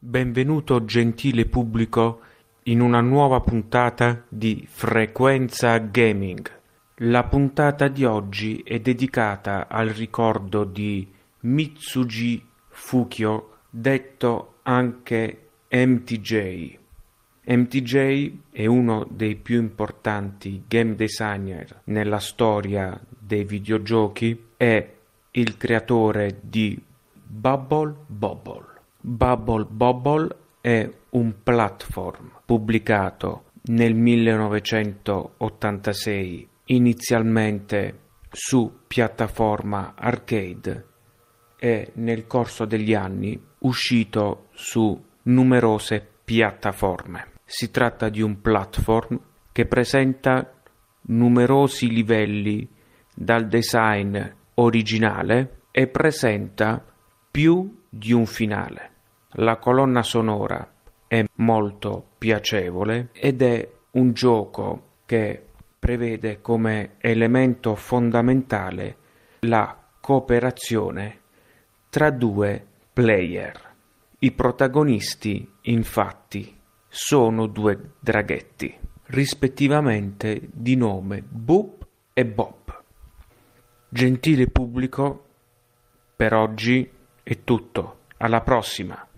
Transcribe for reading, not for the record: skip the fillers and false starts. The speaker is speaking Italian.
Benvenuto gentile pubblico in una nuova puntata di Frequenza Gaming. La puntata di oggi è dedicata al ricordo di Mitsuji Fukio, detto anche MTJ. MTJ è uno dei più importanti game designer nella storia dei videogiochi, è il creatore di Bubble Bobble. Bubble Bobble è un platform pubblicato nel 1986 inizialmente su piattaforma arcade e nel corso degli anni uscito su numerose piattaforme. Si tratta di un platform che presenta numerosi livelli dal design originale e presenta più di un finale. La colonna sonora è molto piacevole ed è un gioco che prevede come elemento fondamentale la cooperazione tra due player. I protagonisti, infatti, sono due draghetti, rispettivamente di nome Boop e Bob. Gentile pubblico, per oggi è tutto. Alla prossima!